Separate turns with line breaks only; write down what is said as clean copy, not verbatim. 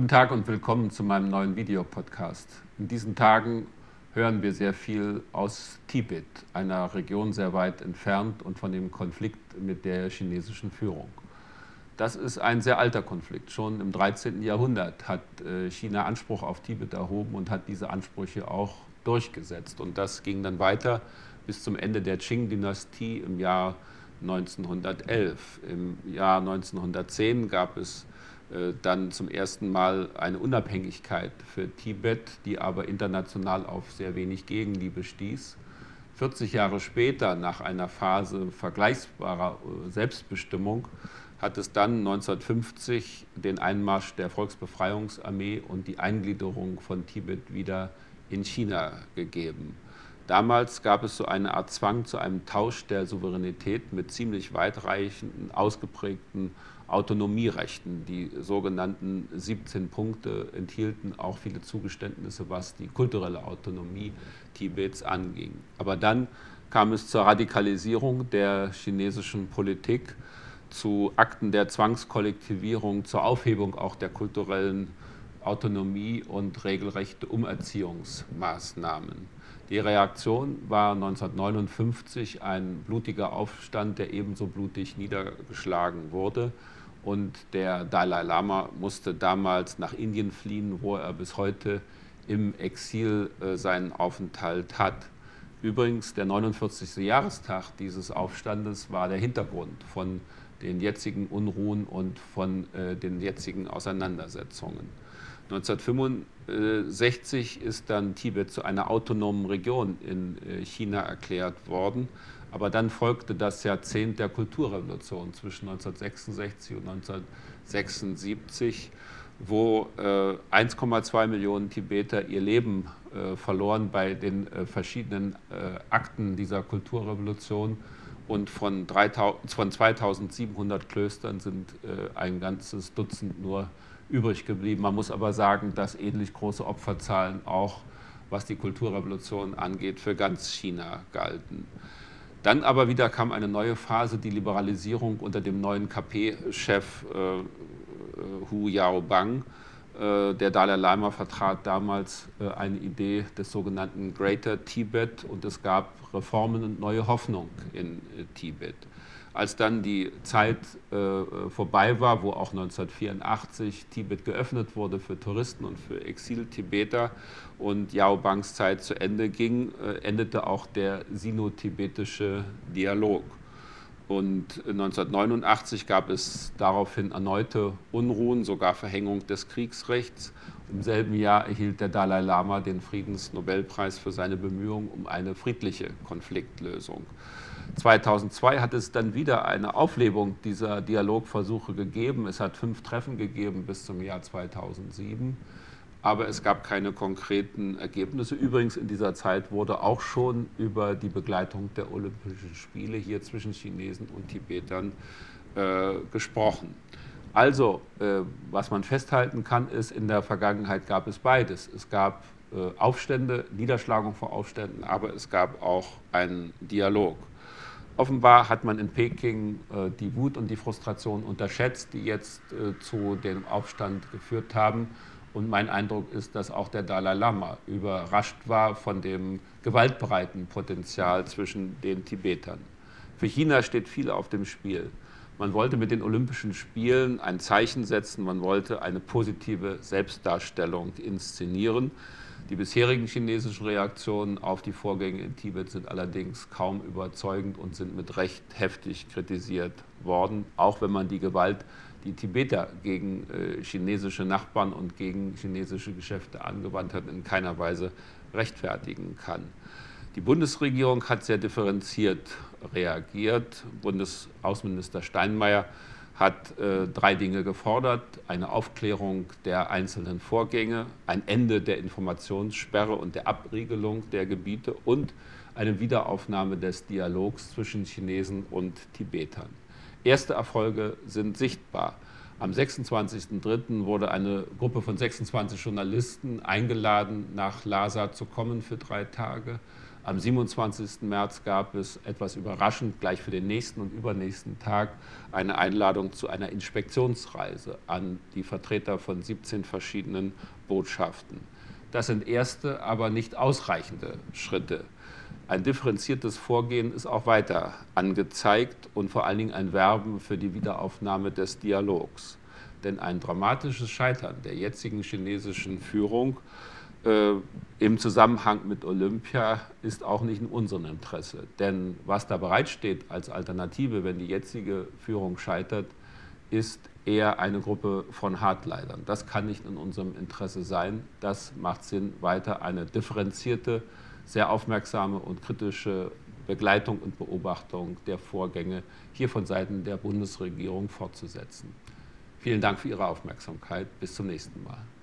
Tag und willkommen zu meinem neuen Videopodcast. In diesen Tagen hören wir sehr viel aus Tibet, einer Region sehr weit entfernt und von dem Konflikt mit der chinesischen Führung. Das ist ein sehr alter Konflikt. Schon im 13. Jahrhundert hat China Anspruch auf Tibet erhoben und hat diese Ansprüche auch durchgesetzt. Und das ging dann weiter bis zum Ende der Qing-Dynastie im Jahr 1911. Im Jahr 1910 gab es dann zum ersten Mal eine Unabhängigkeit für Tibet, die aber international auf sehr wenig Gegenliebe stieß. 40 Jahre später, nach einer Phase vergleichbarer Selbstbestimmung, hat es dann 1950 den Einmarsch der Volksbefreiungsarmee und die Eingliederung von Tibet wieder in China gegeben. Damals gab es so eine Art Zwang zu einem Tausch der Souveränität mit ziemlich weitreichenden, ausgeprägten Autonomierechten. Die sogenannten 17 Punkte enthielten auch viele Zugeständnisse, was die kulturelle Autonomie Tibets anging. Aber dann kam es zur Radikalisierung der chinesischen Politik, zu Akten der Zwangskollektivierung, zur Aufhebung auch der kulturellen Autonomie und regelrechte Umerziehungsmaßnahmen. Die Reaktion war 1959 ein blutiger Aufstand, der ebenso blutig niedergeschlagen wurde. Und der Dalai Lama musste damals nach Indien fliehen, wo er bis heute im Exil seinen Aufenthalt hat. Übrigens, der 49. Jahrestag dieses Aufstandes war der Hintergrund von den jetzigen Unruhen und von den jetzigen Auseinandersetzungen. 1965 ist dann Tibet zu einer autonomen Region in China erklärt worden. Aber dann folgte das Jahrzehnt der Kulturrevolution zwischen 1966 und 1976, wo 1,2 Millionen Tibeter ihr Leben verloren bei den verschiedenen Akten dieser Kulturrevolution. Und von 2700 Klöstern sind ein ganzes Dutzend nur übrig geblieben. Man muss aber sagen, dass ähnlich große Opferzahlen auch, was die Kulturrevolution angeht, für ganz China galten. Dann aber wieder kam eine neue Phase, die Liberalisierung unter dem neuen KP-Chef Hu Yaobang. Der Dalai Lama vertrat damals eine Idee des sogenannten Greater Tibet und es gab Reformen und neue Hoffnung in Tibet. Als dann die Zeit vorbei war, wo auch 1984 Tibet geöffnet wurde für Touristen und für Exil-Tibeter und Yaobangs Zeit zu Ende ging, endete auch der sino-tibetische Dialog. Und 1989 gab es daraufhin erneute Unruhen, sogar Verhängung des Kriegsrechts. Im selben Jahr erhielt der Dalai Lama den Friedensnobelpreis für seine Bemühungen um eine friedliche Konfliktlösung. 2002 hat es dann wieder eine Auflebung dieser Dialogversuche gegeben. Es hat 5 Treffen gegeben bis zum Jahr 2007, aber es gab keine konkreten Ergebnisse. Übrigens in dieser Zeit wurde auch schon über die Begleitung der Olympischen Spiele hier zwischen Chinesen und Tibetern gesprochen. Also, was man festhalten kann, ist, in der Vergangenheit gab es beides. Es gab Aufstände, Niederschlagung vor Aufständen, aber es gab auch einen Dialog. Offenbar hat man in Peking die Wut und die Frustration unterschätzt, die jetzt zu dem Aufstand geführt haben. Und mein Eindruck ist, dass auch der Dalai Lama überrascht war von dem gewaltbereiten Potenzial zwischen den Tibetern. Für China steht viel auf dem Spiel. Man wollte mit den Olympischen Spielen ein Zeichen setzen, man wollte eine positive Selbstdarstellung inszenieren. Die bisherigen chinesischen Reaktionen auf die Vorgänge in Tibet sind allerdings kaum überzeugend und sind mit Recht heftig kritisiert worden, auch wenn man die Gewalt, die Tibeter gegen chinesische Nachbarn und gegen chinesische Geschäfte angewandt hat, in keiner Weise rechtfertigen kann. Die Bundesregierung hat sehr differenziert reagiert. Bundesaußenminister Steinmeier hat 3 Dinge gefordert: eine Aufklärung der einzelnen Vorgänge, ein Ende der Informationssperre und der Abriegelung der Gebiete und eine Wiederaufnahme des Dialogs zwischen Chinesen und Tibetern. Erste Erfolge sind sichtbar. Am 26.03. wurde eine Gruppe von 26 Journalisten eingeladen, nach Lhasa zu kommen für 3 Tage. Am 27. März gab es etwas überraschend gleich für den nächsten und übernächsten Tag eine Einladung zu einer Inspektionsreise an die Vertreter von 17 verschiedenen Botschaften. Das sind erste, aber nicht ausreichende Schritte. Ein differenziertes Vorgehen ist auch weiter angezeigt und vor allen Dingen ein Werben für die Wiederaufnahme des Dialogs. Denn ein dramatisches Scheitern der jetzigen chinesischen Führung im Zusammenhang mit Olympia ist auch nicht in unserem Interesse. Denn was da bereitsteht als Alternative, wenn die jetzige Führung scheitert, ist eher eine Gruppe von Hardlinern. Das kann nicht in unserem Interesse sein. Das macht Sinn, weiter eine differenzierte, sehr aufmerksame und kritische Begleitung und Beobachtung der Vorgänge hier von Seiten der Bundesregierung fortzusetzen. Vielen Dank für Ihre Aufmerksamkeit. Bis zum nächsten Mal.